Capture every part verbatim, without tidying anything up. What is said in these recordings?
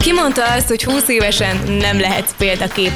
Ki mondta azt, hogy húsz évesen nem lehetsz példakép?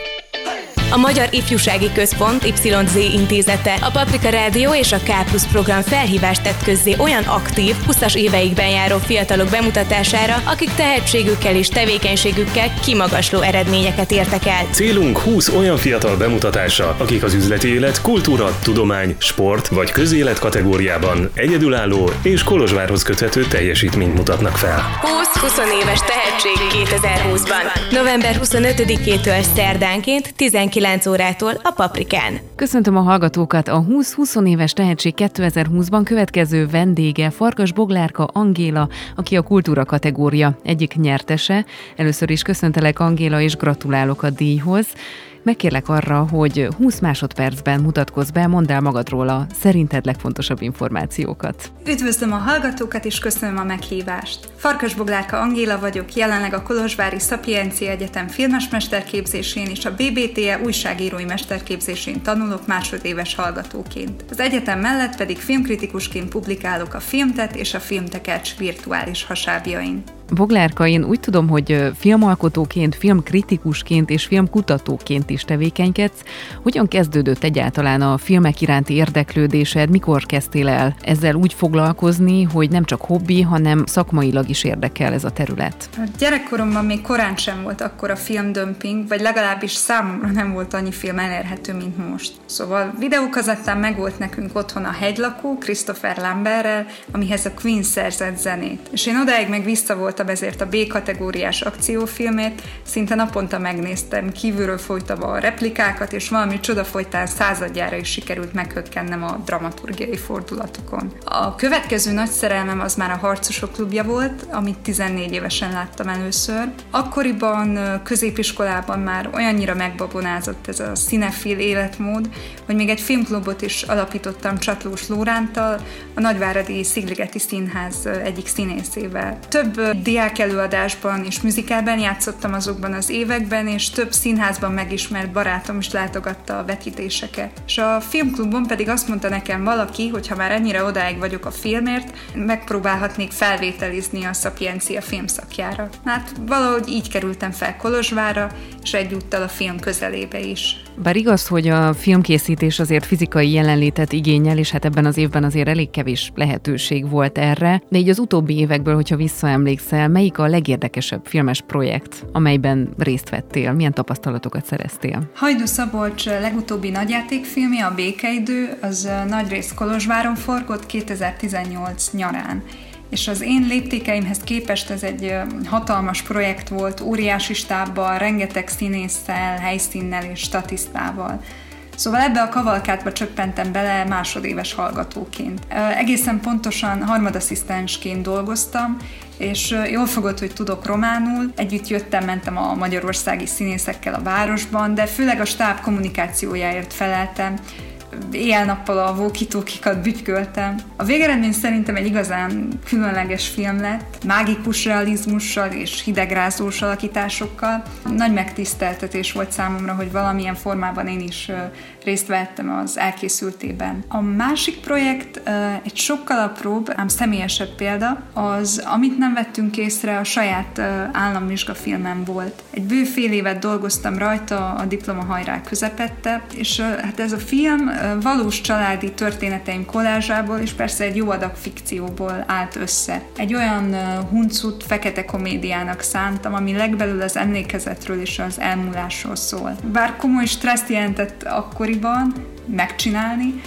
A Magyar Ifjúsági Központ Y Z intézete, a Paprika Rádió és a K plusz program felhívást tett közzé olyan aktív, húszas éveikben járó fiatalok bemutatására, akik tehetségükkel és tevékenységükkel kimagasló eredményeket értek el. Célunk húsz olyan fiatal bemutatása, akik az üzleti élet, kultúra, tudomány, sport vagy közélet kategóriában egyedülálló és Kolozsvárhoz köthető teljesítményt mutatnak fel. húsz-húsz éves tehetség kétezer-húszban. november huszonötödikétől szerdánként tizenkilenc órától a Paprikán. Köszöntöm a hallgatókat! A húsz-húsz éves tehetség kétezer-húszban következő vendége Farkas Boglárka Angéla, aki a kultúra kategória egyik nyertese. Először is köszöntelek, Angéla, és gratulálok a díjhoz. Megkérlek arra, hogy húsz másodpercben mutatkozz be, mondd el magadról a szerinted legfontosabb információkat. Üdvözlöm a hallgatókat, és köszönöm a meghívást. Farkas Boglárka Angéla vagyok, jelenleg a Kolozsvári Szapiencia Egyetem filmes mesterképzésén és a bé bé té e újságírói mesterképzésén tanulok másodéves hallgatóként. Az egyetem mellett pedig filmkritikusként publikálok a Filmtet és a Filmtekercs virtuális hasábjain. Boglárka, én úgy tudom, hogy filmalkotóként, filmkritikusként és filmkutatóként is tevékenykedsz. Hogyan kezdődött egyáltalán a filmek iránti érdeklődésed? Mikor kezdtél el ezzel úgy foglalkozni, hogy nem csak hobbi, hanem szakmailag is érdekel ez a terület? A gyerekkoromban még korán sem volt akkora filmdömping, vagy legalábbis számomra nem volt annyi film elérhető, mint most. Szóval videókazettán megvolt nekünk otthon a Hegylakó, Christopher Lamberrel, amihez a Queen szerzett zenét. És én odáig meg visszavoltam ezért a B-kategóriás akciófilmét, szinte naponta megnéztem, kívülről folytava a replikákat, és valami csoda folytán századjára is sikerült meghökkennem a dramaturgiai fordulatokon. A következő nagy szerelmem az már a Harcosok klubja volt, amit tizennégy évesen láttam először. Akkoriban, középiskolában már olyannyira megbabonázott ez a cinefil életmód, hogy még egy filmklubot is alapítottam Csatlós Lóránttal, a Nagyváradi Szigligeti Színház egyik színészével. Több diákelőadásban és musicalben játszottam azokban az években, és több színházban megismert barátom is látogatta a vetítéseket. És a filmklubban pedig azt mondta nekem valaki, hogy ha már ennyire odáig vagyok a filmért, megpróbálhatnék felvételizni a Szapiencia filmszakjára. Hát valahogy így kerültem fel Kolozsvárra, és egyúttal a film közelébe is. Bár igaz, hogy a filmkészítés azért fizikai jelenlétet igényel, és hát ebben az évben azért elég kevés lehetőség volt erre, de így az utóbbi évekből, hogyha visszaemlékszel, melyik a legérdekesebb filmes projekt, amelyben részt vettél? Milyen tapasztalatokat szereztél? Hajdú Szabolcs legutóbbi nagyjátékfilmje, a Békeidő, az nagyrészt Kolozsváron forgott kétezer-tizennyolc nyarán. És az én léptékeimhez képest ez egy hatalmas projekt volt, óriási stábbal, rengeteg színésszel, helyszínnel és statisztával. Szóval ebbe a kavalkádba csöppentem bele másodéves hallgatóként. Egészen pontosan harmadasszisztensként dolgoztam, és jól fogod, hogy tudok románul. Együtt jöttem, mentem a magyarországi színészekkel a városban, de főleg a stáb kommunikációjáért feleltem. Éjjel-nappal a walkie-talkie-kat bütyköltem. A végeredmény szerintem egy igazán különleges film lett, mágikus realizmussal és hidegrázós alakításokkal. Nagy megtiszteltetés volt számomra, hogy valamilyen formában én is részt vettem az elkészültében. A másik projekt egy sokkal apróbb, ám személyesebb példa, az, amit nem vettünk észre, a saját államvizsgafilmem volt. Egy bő fél évet dolgoztam rajta a diplomahajrá közepette, és hát ez a film valós családi történeteim kollázsából, és persze egy jó adag fikcióból állt össze. Egy olyan huncut fekete komédiának szántam, ami legbelül az emlékezetről és az elmúlásról szól. Bár komoly stresszt jelentett akkoriban megcsinálni,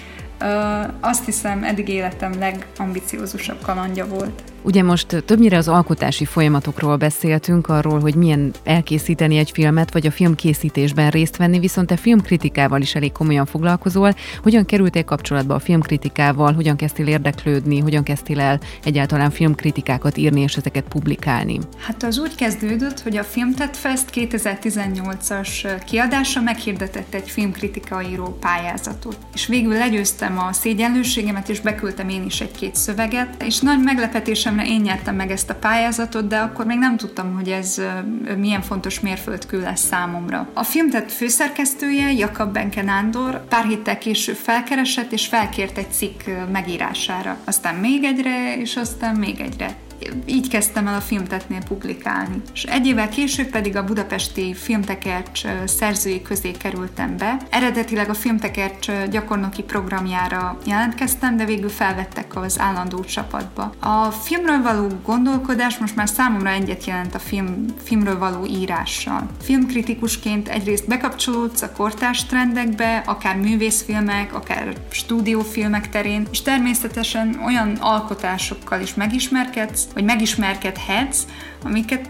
azt hiszem, eddig életem legambiciózusabb kalandja volt. Ugye most többnyire az alkotási folyamatokról beszéltünk, arról, hogy milyen elkészíteni egy filmet, vagy a filmkészítésben részt venni, viszont te filmkritikával is elég komolyan foglalkozol. Hogyan kerültél kapcsolatba a filmkritikával, hogyan kezdtél érdeklődni, hogyan kezdtél el egyáltalán filmkritikákat írni és ezeket publikálni? Hát az úgy kezdődött, hogy a Filmtet Fest kétezer-tizennyolcas kiadása meghirdetett egy filmkritikaíró pályázatot. És végül legyőztem a szégyenlőségemet, és beküldtem én is egy-két szöveget, és nagy meglepetésem én nyertem meg ezt a pályázatot, de akkor még nem tudtam, hogy ez milyen fontos mérföldkő lesz számomra. A Filmtet főszerkesztője, Jakab Benke Nándor pár héttel később felkeresett és felkért egy cikk megírására. Aztán még egyre, és aztán még egyre. így kezdtem el a Filmtetnél publikálni. És egy évvel később pedig a budapesti Filmtekercs szerzői közé kerültem be. Eredetileg a Filmtekercs gyakornoki programjára jelentkeztem, de végül felvettek az állandó csapatba. A filmről való gondolkodás most már számomra egyet jelent a film, filmről való írással. Filmkritikusként egyrészt bekapcsolódsz a kortárs trendekbe, akár művészfilmek, akár stúdiófilmek terén, és természetesen olyan alkotásokkal is megismerkedsz, vagy megismerkedhetsz, amiket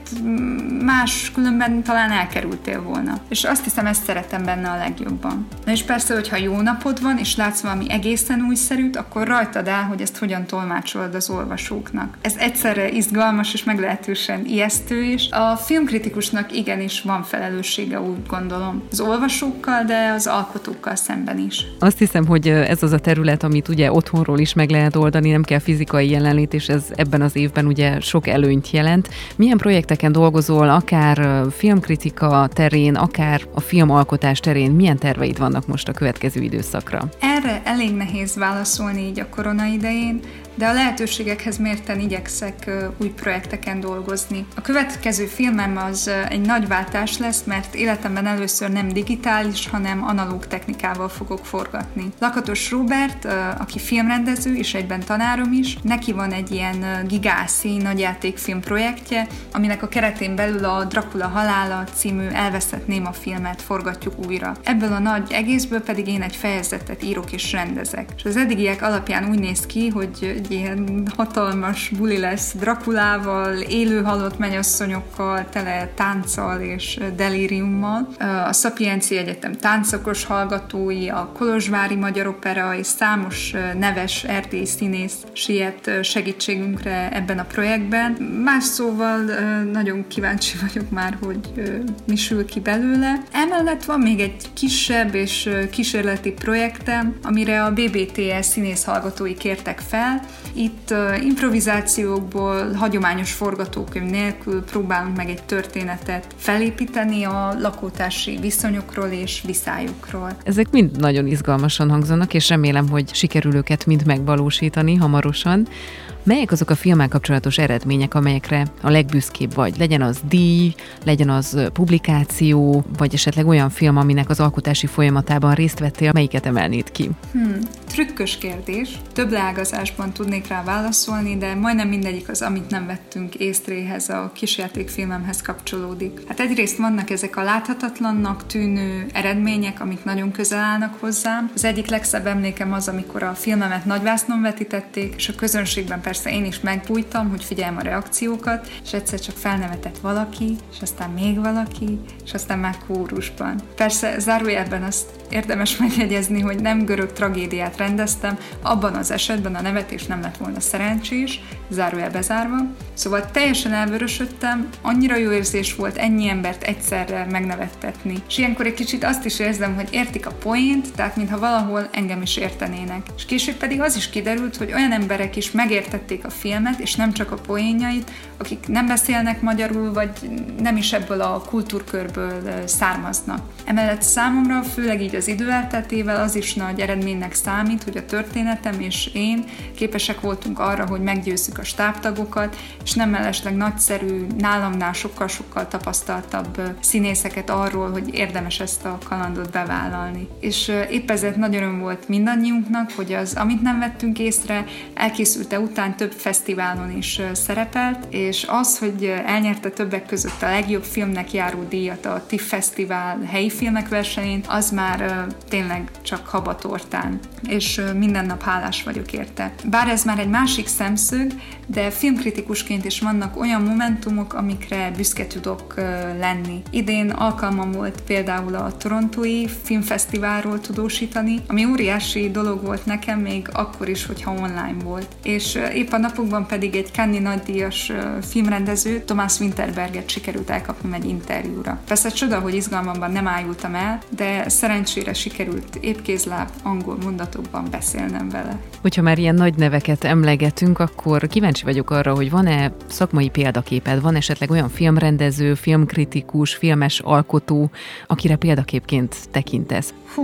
más különben talán elkerültél volna. És azt hiszem, ezt szeretem benne a legjobban. Na és persze, hogyha jó napod van, és látsz valami egészen újszerűt, akkor rajtad áll, hogy ezt hogyan tolmácsolod az olvasóknak. Ez egyszerre izgalmas és meglehetősen ijesztő is. A filmkritikusnak igenis van felelőssége, úgy gondolom. Az olvasókkal, de az alkotókkal szemben is. Azt hiszem, hogy ez az a terület, amit ugye otthonról is meg lehet oldani, nem kell fizikai jelenlét, és ez ebben az évben ugye sok előnyt jelent. Milyen projekteken dolgozol, akár filmkritika terén, akár a filmalkotás terén, milyen terveid vannak most a következő időszakra? Erre elég nehéz válaszolni így a korona idején, de a lehetőségekhez mérten igyekszek új projekteken dolgozni. A következő filmem az egy nagy váltás lesz, mert életemben először nem digitális, hanem analóg technikával fogok forgatni. Lakatos Róbert, aki filmrendező és egyben tanárom is, neki van egy ilyen gigászi nagyjátékfilm projektje, aminek a keretén belül a Dracula halála című elveszett néma filmet forgatjuk újra. Ebből a nagy egészből pedig én egy fejezetet írok és rendezek. És az eddigiek alapján úgy néz ki, hogy egy ilyen hatalmas buli lesz Draculával, élő halott mennyasszonyokkal, tele tánccal és delíriummal. A Szapiencia Egyetem táncszakos hallgatói, a Kolozsvári Magyar Opera és számos neves erdélyi színész siet segítségünkre ebben a projektben. Más szóval nagyon kíváncsi vagyok már, hogy mi sül ki belőle. Emellett van még egy kisebb és kísérleti projektem, amire a bé bé té es színész hallgatói kértek fel. Itt improvizációkból, hagyományos forgatókönyv nélkül próbálunk meg egy történetet felépíteni a lakótársi viszonyokról és viszályukról. Ezek mind nagyon izgalmasan hangzanak, és remélem, hogy sikerül őket mind megvalósítani hamarosan. Melyek azok a filmmel kapcsolatos eredmények, amelyekre a legbüszkébb vagy? Legyen az díj, legyen az publikáció, vagy esetleg olyan film, aminek az alkotási folyamatában részt vettél, melyiket emelnéd ki? Hmm, trükkös kérdés. Több leágazásban tudnék rá válaszolni, de majdnem mindegyik az, amit nem vettünk észréhez, a kisjátékfilmemhez kapcsolódik. Hát egyrészt vannak ezek a láthatatlannak tűnő eredmények, amik nagyon közel állnak hozzám. Az egyik legszebb emlékem az, amikor a filmemet nagyvásznon vetítették, és a közönségben persze én is megbújtam, hogy figyeljem a reakciókat, és egyszer csak felnevetett valaki, és aztán még valaki, és aztán már kórusban. Persze zárójelben azt érdemes megjegyezni, hogy nem görög tragédiát rendeztem, abban az esetben a nevetés nem lett volna szerencsés, zárójel bezárva. Szóval teljesen elvörösödtem, annyira jó érzés volt ennyi embert egyszerre megnevettetni. És ilyenkor egy kicsit azt is érzem, hogy értik a poént, tehát mintha valahol engem is értenének. És később pedig az is kiderült, hogy olyan emberek is megértették a filmet, és nem csak a poénjait, akik nem beszélnek magyarul, vagy nem is ebből a kultúrkörből származnak. Emellett számomra, főleg így az idő elteltével az is nagy eredménynek számít, hogy a történetem és én képesek voltunk arra, hogy meggyőzzük a stábtagokat, és nem mellesleg nagyszerű, nálamnál sokkal-sokkal tapasztaltabb színészeket arról, hogy érdemes ezt a kalandot bevállalni. És épp ezért nagy öröm volt mindannyiunknak, hogy az, amit nem vettünk észre, elkészülte után több fesztiválon is szerepelt, és az, hogy elnyerte többek között a legjobb filmnek járó díjat a TIFF Fesztivál helyi filmek versenyén, az már tényleg csak habatortán, és minden nap hálás vagyok érte. Bár ez már egy másik szemszög, de filmkritikusként is vannak olyan momentumok, amikre büszke tudok lenni. Idén alkalmam volt például a Torontói Filmfesztiválról tudósítani, ami óriási dolog volt nekem, még akkor is, hogyha online volt. És épp a napokban pedig egy Cannes-i nagydíjas filmrendező, Thomas Winterberget sikerült elkapnom egy interjúra. Persze csoda, hogy izgalmamban nem ájultam el, de szerencsére sikerült épkézláb angol mondatokban beszélnem vele. Hogyha már ilyen nagy neveket emlegetünk, akkor kíváncsi vagyok arra, hogy van-e szakmai példaképed, van esetleg olyan filmrendező, filmkritikus, filmes alkotó, akire példaképként tekintesz? Hú,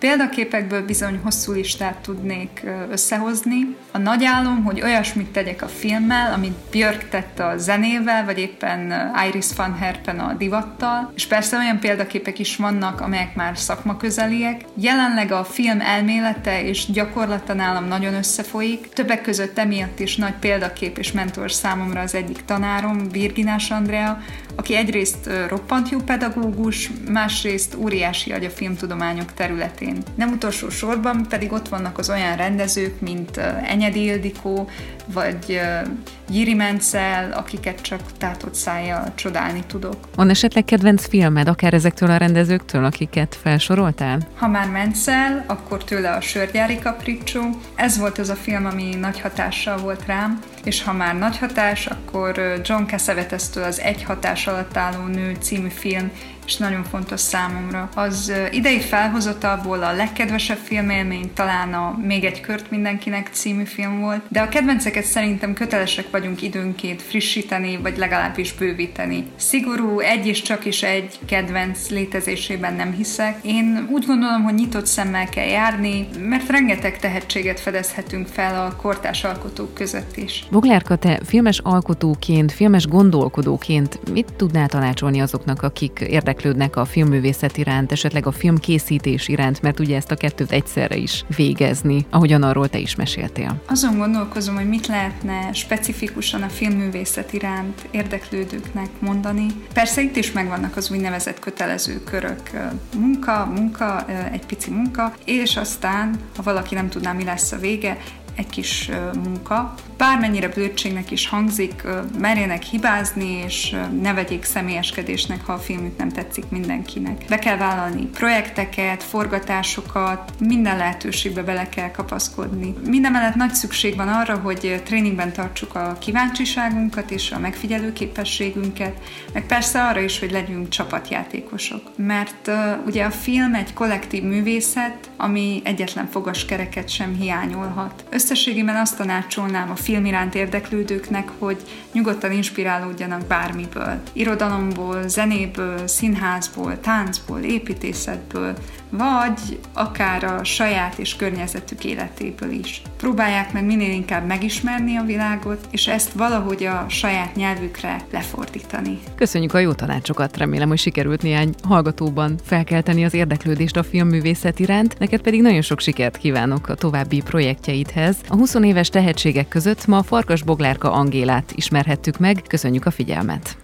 Példaképekből bizony hosszú listát tudnék összehozni. A nagy álom, hogy olyasmit tegyek a filmmel, amit Björk tett a zenével, vagy éppen Iris van Herpen a divattal, és persze olyan példaképek is vannak, amelyek már szakmaközeliek. Jelenleg a film elmélete és gyakorlata nálam nagyon összefolyik. Többek között emiatt is nagy példakép és mentor számomra az egyik tanárom, Virginás Andrea, aki egyrészt roppant jó pedagógus, másrészt óriási agy a filmtudományok területén. Nem utolsó sorban pedig ott vannak az olyan rendezők, mint Enyedi Ildikó, vagy Jiri Menzel, akiket csak tátott szájjal csodálni tudok. Van esetleg kedvenc filmed, akár ezektől a rendezőktől, akiket felsoroltál? Ha már Menzel, akkor tőle a Sörgyári Capriccio. Ez volt az a film, ami nagy hatással volt rám, és ha már nagy hatás, akkor John Cassavetestől az Egy hatás alatt álló nő című film, és nagyon fontos számomra. Az idei felhozatalból a legkedvesebb filmélmény talán a Még egy kört mindenkinek című film volt, de a kedvenceket szerintem kötelesek vagyunk időnként frissíteni, vagy legalábbis bővíteni. Szigorú egy és csak is egy kedvenc létezésében nem hiszek. Én úgy gondolom, hogy nyitott szemmel kell járni, mert rengeteg tehetséget fedezhetünk fel a kortárs alkotók között is. Boglárka, te filmes alkotóként, filmes gondolkodóként mit tudnál tanácsolni azoknak, akik érdeklődnek a filmművészet iránt, esetleg a filmkészítés iránt, mert ugye ezt a kettőt egyszerre is végezni, ahogyan arról te is meséltél? Azon gondolkozom, hogy mit lehetne specifikusan a filmművészet iránt érdeklődőknek mondani. Persze itt is megvannak az úgynevezett kötelező körök. Munka, munka, egy pici munka, és aztán, ha valaki nem tudná, mi lesz a vége, egy kis munka. Bármennyire bölcségnek is hangzik, merjenek hibázni, és ne vegyék személyeskedésnek, ha a filmük nem tetszik mindenkinek. Be kell vállalni projekteket, forgatásokat, minden lehetőségbe bele kell kapaszkodni. Mindemellett nagy szükség van arra, hogy tréningben tartsuk a kíváncsiságunkat és a megfigyelő képességünket, meg persze arra is, hogy legyünk csapatjátékosok. Mert uh, ugye a film egy kollektív művészet, ami egyetlen fogaskereket sem hiányolhat. Összességében azt tanácsolnám a film iránt érdeklődőknek, hogy nyugodtan inspirálódjanak bármiből. Irodalomból, zenéből, színházból, táncból, építészetből, vagy akár a saját és környezetük életéből is. Próbálják meg minél inkább megismerni a világot, és ezt valahogy a saját nyelvükre lefordítani. Köszönjük a jó tanácsokat, remélem, hogy sikerült néhány hallgatóban felkelteni az érdeklődést a filmművészet iránt, neked pedig nagyon sok sikert kívánok a további projektjeidhez. A húsz éves tehetségek között ma Farkas Boglárka Angélát ismerhettük meg, köszönjük a figyelmet!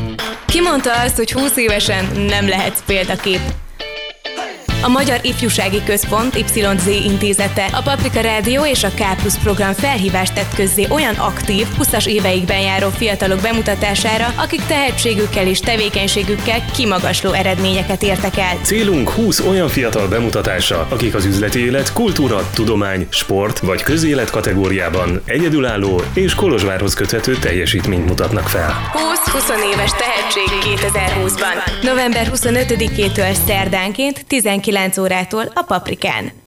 Ki mondta azt, hogy húsz évesen nem lehetsz példakép? A Magyar Ifjúsági Központ Y Z intézete, a Paprika Rádió és a K plusz program felhívást tett közzé olyan aktív, húszas éveikben járó fiatalok bemutatására, akik tehetségükkel és tevékenységükkel kimagasló eredményeket értek el. Célunk húsz olyan fiatal bemutatása, akik az üzleti élet, kultúra, tudomány, sport vagy közélet kategóriában egyedülálló és Kolozsvárhoz köthető teljesítményt mutatnak fel. húsz-húsz éves tehetség kétezer-húszban. november huszonötödikétől szerdánként tizenkilenc órától a Paprikán.